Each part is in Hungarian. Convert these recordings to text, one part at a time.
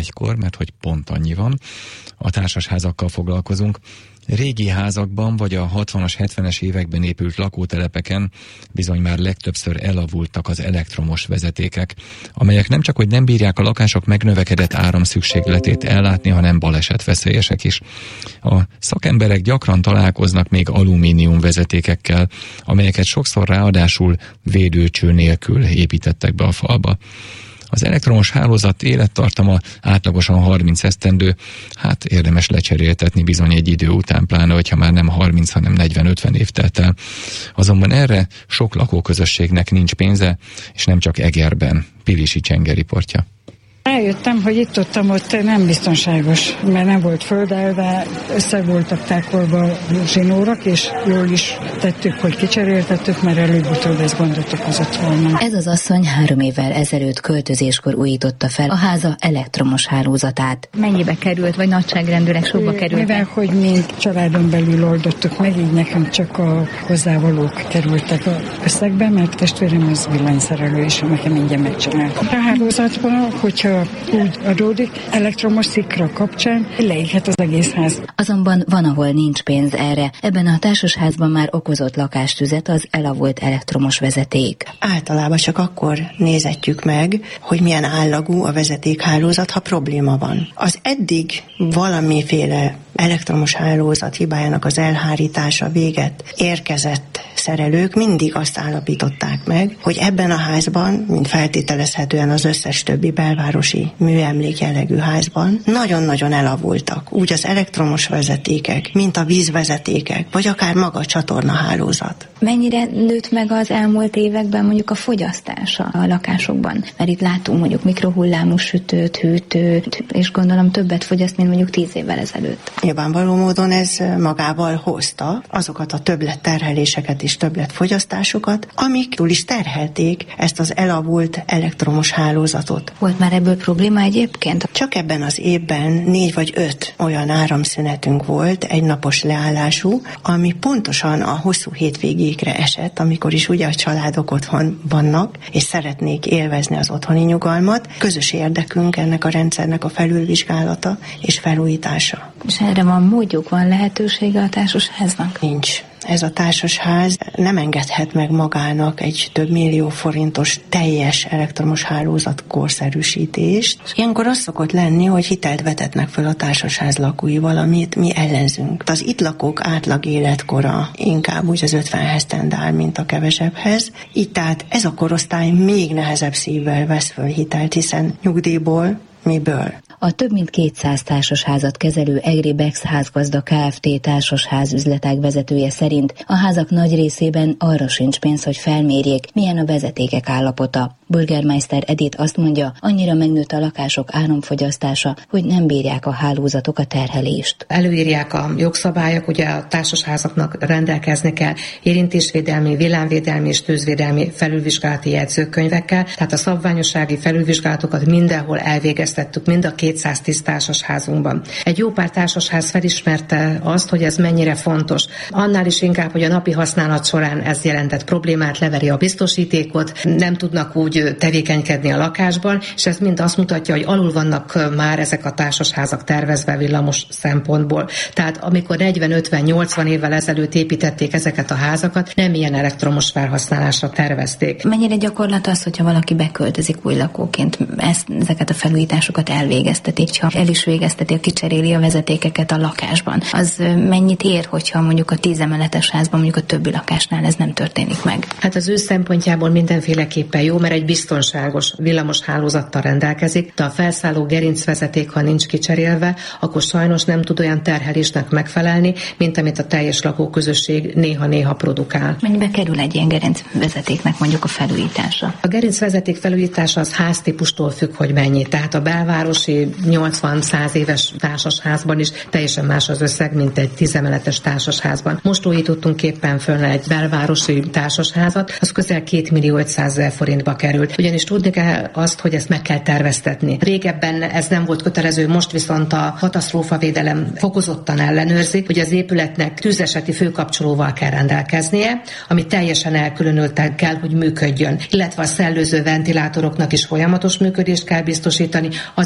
11-kor, mert hogy pont annyi van. A társasházakkal foglalkozunk. Régi házakban vagy a 60-as, 70-es években épült lakótelepeken bizony már legtöbbször elavultak az elektromos vezetékek, amelyek nem csak hogy nem bírják a lakások megnövekedett áramszükségletét ellátni, hanem balesetveszélyesek is. A szakemberek gyakran találkoznak még alumínium vezetékekkel, amelyeket sokszor ráadásul védőcső nélkül építettek be a falba. Az elektromos hálózat élettartama átlagosan 30 esztendő, hát érdemes lecseréltetni bizony egy idő után, pláne hogyha már nem 30, hanem 40-50 év telt el. Azonban erre sok lakóközösségnek nincs pénze, és nem csak Egerben. Pilisi Csenge riportja. Rájöttem, hogy ott nem biztonságos, mert nem volt földelve, össze voltak tákolva zsinórak, és jól is tettük, hogy kicseréltettük, mert előbb-utóbb ez gondot okozott volna. Ez az asszony 3 évvel ezelőtt költözéskor újította fel a háza elektromos hálózatát. Mennyibe került, vagy nagyságrendileg sokba került? Mivel, hogy mi családon belül oldottuk meg, így nekünk csak a hozzávalók kerültek az összegbe, mert testvérem az villanyszerelő, és nekem ingyen megcsinálta. A hálózatban, hogyha úgy adódik, elektromos szikra kapcsán leéghet az egész ház. Azonban van, ahol nincs pénz erre. Ebben a társasházban már okozott lakástüzet az elavult elektromos vezeték. Általában csak akkor nézetjük meg, hogy milyen állagú a vezetékhálózat, ha probléma van. Az eddig valamiféle elektromos hálózat hibájának az elhárítása véget érkezett szerelők mindig azt állapították meg, hogy ebben a házban, mint feltételezhetően az összes többi belvárosi műemlék jellegű házban, nagyon-nagyon elavultak. Úgy az elektromos vezetékek, mint a vízvezetékek, vagy akár maga a csatornahálózat. Mennyire nőtt meg az elmúlt években mondjuk a fogyasztása a lakásokban? Mert itt látunk mondjuk mikrohullámú sütőt, hűtőt, és gondolom többet fogyaszt, mint mondjuk 10 évvel ezelőtt. Nyilvánvaló módon ez magával hozta azokat a többletterheléseket és többletfogyasztásokat, amik túl is terhelték ezt az elavult elektromos hálózatot. Volt már ebből probléma egyébként? Csak ebben az évben 4 vagy 5 olyan áramszünetünk volt, egynapos leállású, ami pontosan a hosszú hétvégékre esett, amikor is ugye a családok otthon vannak, és szeretnék élvezni az otthoni nyugalmat. Közös érdekünk ennek a rendszernek a felülvizsgálata és felújítása. És erre van módjuk, van lehetősége a társasháznak? Nincs. Ez a társasház nem engedhet meg magának egy több millió forintos teljes elektromos hálózat korszerűsítést. Ilyenkor az szokott lenni, hogy hitelt vetetnek föl a társasház lakóival, amit mi ellenzünk. Az itt lakók átlag életkora inkább úgy az 50-hez tendál, mint a kevesebbhez. Így tehát ez a korosztály még nehezebb szívvel vesz föl hitelt, hiszen nyugdíjból, miből? A több mint 200 társasházat kezelő Egri Bex házgazda Kft. Társasház üzletág vezetője szerint a házak nagy részében arra sincs pénz, hogy felmérjék, milyen a vezetékek állapota. Burgermeister Edith azt mondja, annyira megnőtt a lakások áramfogyasztása, hogy nem bírják a hálózatok a terhelést. Előírják a jogszabályok, ugye a társasházaknak rendelkezni kell érintésvédelmi, villámvédelmi és tőzsvédelmi felülvizsgálati jegyzőkönyvekkel, tehát a szabványossági felülvizsgálatokat mindenhol elvégeztettük, mind a 210 társasházunkban. Egy jó pár társasház felismerte azt, hogy ez mennyire fontos. Annál is inkább, hogy a napi használat során ez jelentett problémát, leveri a biztosítékot, nem tudnak úgy tevékenykedni a lakásban, és ez mind azt mutatja, hogy alul vannak már ezek a társasházak tervezve villamos szempontból. Tehát amikor 40-50-80 évvel ezelőtt építették ezeket a házakat, nem ilyen elektromos felhasználásra tervezték. Mennyire gyakorlat az, hogyha valaki beköltözik új lakóként, ezeket a felújításokat elvégezteti, ha el is végezteti, kicseréli a vezetékeket a lakásban. Az mennyit ér, hogyha mondjuk a 10 emeletes házban, mondjuk a többi lakásnál ez nem történik meg? Hát az ő szempontjából mindenféleképpen jó, mert egy biztonságos villamos hálózattal rendelkezik, de a felszálló gerincvezeték, ha nincs kicserélve, akkor sajnos nem tud olyan terhelésnek megfelelni, mint amit a teljes lakóközösség néha-néha produkál. Mennyibe kerül egy ilyen gerincvezetéknek mondjuk a felújítása? A gerincvezeték felújítása az háztípustól függ, hogy mennyi. Tehát a belvárosi 80-100 éves társasházban is teljesen más az összeg, mint egy 10 emeletes társasházban. Most újítottunk éppen föl egy belvárosi társasházat, az közel 2.500.000 forintba került. Ugyanis tudni kell azt, hogy ezt meg kell terveztetni. Régebben ez nem volt kötelező, most viszont a katasztrófavédelem fokozottan ellenőrzi, hogy az épületnek tűzeseti főkapcsolóval kell rendelkeznie, ami teljesen elkülönülten kell, hogy működjön. Illetve a szellőző ventilátoroknak is folyamatos működést kell biztosítani, az is ugye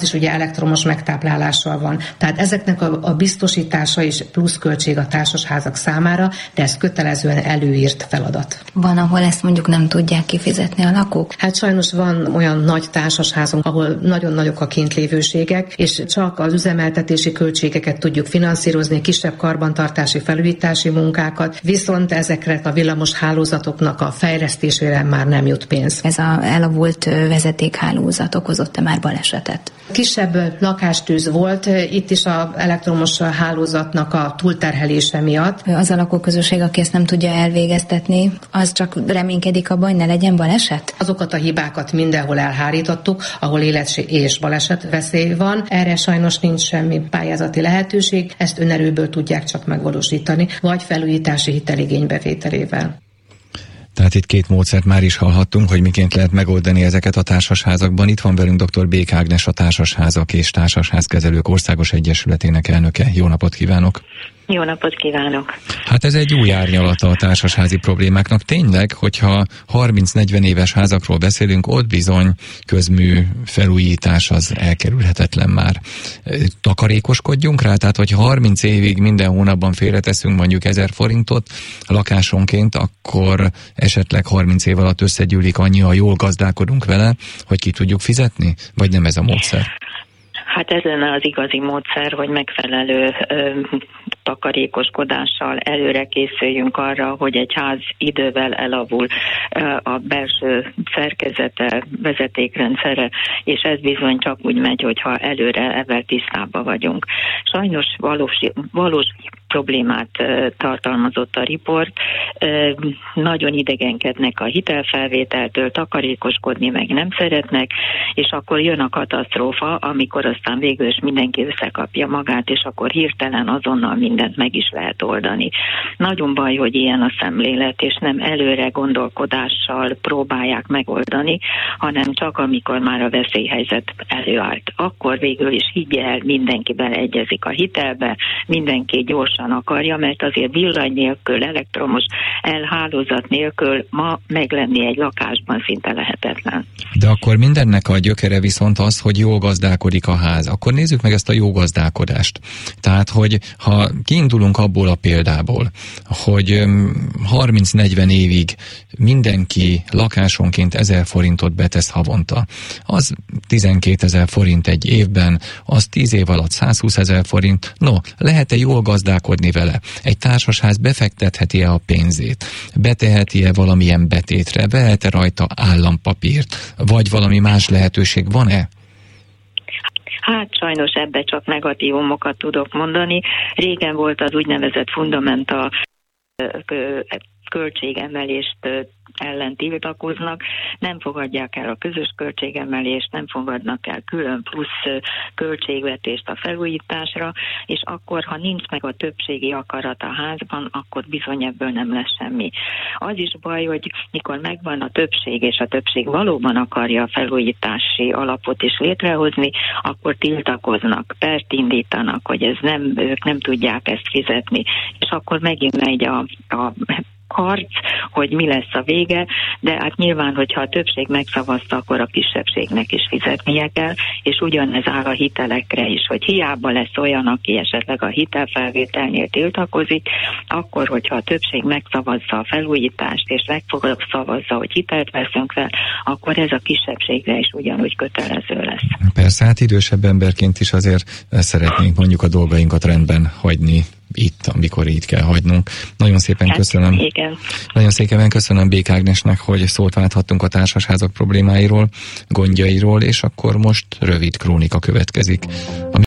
elektromos megtáplálással van. Tehát ezeknek a biztosítása is pluszköltség a társasházak számára, de ez kötelezően előírt feladat. Van, ahol ezt mondjuk nem tudják kifizetni a lakók? Hát sajnos van olyan nagy társasházunk, ahol nagyon nagyok a kintlévőségek, és csak az üzemeltetési költségeket tudjuk finanszírozni, kisebb karbantartási, felújítási munkákat, viszont ezekre a villamos hálózatoknak a fejlesztésére már nem jut pénz. Ez az elavult vezetékhálózat okozott-e már balesetet? Kisebb lakástűz volt, itt is az elektromos hálózatnak a túlterhelése miatt. Az a lakóközösség, aki ezt nem tudja elvégeztetni, az csak reménykedik abban, hogy ne legyen baleset? Azokat a hibákat mindenhol elhárítottuk, ahol élet és baleset veszély van. Erre sajnos nincs semmi pályázati lehetőség, ezt önerőből tudják csak megvalósítani, vagy felújítási hiteligénybevételével. Tehát itt két módszert már is hallhattunk, hogy miként lehet megoldani ezeket a társasházakban. Itt van velünk dr. Bék Ágnes, a Társasházak és Társasházkezelők Országos Egyesületének elnöke. Jó napot kívánok! Jó napot kívánok! Hát ez egy új árnyalata a társasházi problémáknak. Tényleg, hogyha 30-40 éves házakról beszélünk, ott bizony közmű felújítás az elkerülhetetlen már. Takarékoskodjunk rá, tehát hogyha 30 évig minden hónapban félreteszünk mondjuk 1000 forintot lakásonként, akkor esetleg 30 év alatt összegyűlik annyi, ha jól gazdálkodunk vele, hogy ki tudjuk fizetni? Vagy nem ez a módszer? Hát ez lenne az igazi módszer, hogy megfelelő takarékoskodással előre készüljünk arra, hogy egy ház idővel elavul, a belső szerkezete, vezetékrendszere, és ez bizony csak úgy megy, hogyha előre ezzel tisztában vagyunk. Sajnos valós problémát tartalmazott a riport, nagyon idegenkednek a hitelfelvételtől, takarékoskodni meg nem szeretnek, és akkor jön a katasztrófa, amikor aztán végül is mindenki összekapja magát, és akkor hirtelen azonnal mindent meg is lehet oldani. Nagyon baj, hogy ilyen a szemlélet, és nem előre gondolkodással próbálják megoldani, hanem csak amikor már a veszélyhelyzet előállt. Akkor végül is higgye el, mindenki beleegyezik a hitelbe, mindenki gyorsan akarja, mert azért villany nélkül, elektromos elhálózat nélkül ma meglenni egy lakásban szinte lehetetlen. De akkor mindennek a gyökere viszont az, hogy jól gazdálkodik a ház. Akkor nézzük meg ezt a jó gazdálkodást. Tehát, hogy ha kiindulunk abból a példából, hogy 30-40 évig mindenki lakásonként 1000 forintot betesz havonta, az 12 000 forint egy évben, az 10 év alatt 120 000 forint. No, lehet-e jól gazdálkodni vele? Egy társasház befektetheti-e a pénzét? Beteheti-e valamilyen betétre? Vehet-e rajta állampapírt? Vagy valami más lehetőség van-e? Hát sajnos ebbe csak negatívumokat tudok mondani. Régen volt az úgynevezett fundamenta költségemelést ellen tiltakoznak, nem fogadják el a közös költségemelést, nem fogadnak el külön plusz költségvetést a felújításra, és akkor, ha nincs meg a többségi akarat a házban, akkor bizony ebből nem lesz semmi. Az is baj, hogy mikor megvan a többség, és a többség valóban akarja a felújítási alapot is létrehozni, akkor tiltakoznak, pert indítanak, hogy ők nem tudják ezt fizetni, és akkor megint megy a harc, hogy mi lesz a vége, de hát nyilván, hogyha a többség megszavazta, akkor a kisebbségnek is fizetnie kell, és ugyanez áll a hitelekre is, hogy hiába lesz olyan, aki esetleg a hitelfelvételnél tiltakozik, akkor, hogyha a többség megszavazza a felújítást, és megszavazza, hogy hitelt veszünk fel, akkor ez a kisebbségre is ugyanúgy kötelező lesz. Persze, hát idősebb emberként is azért szeretnénk mondjuk a dolgainkat rendben hagyni itt, amikor így kell hagynunk. Nagyon szépen köszönöm. Igen. Nagyon szépen köszönöm Bék Ágnesnek, hogy szót válthattunk a társasházak problémáiról, gondjairól, és akkor most rövid krónika következik.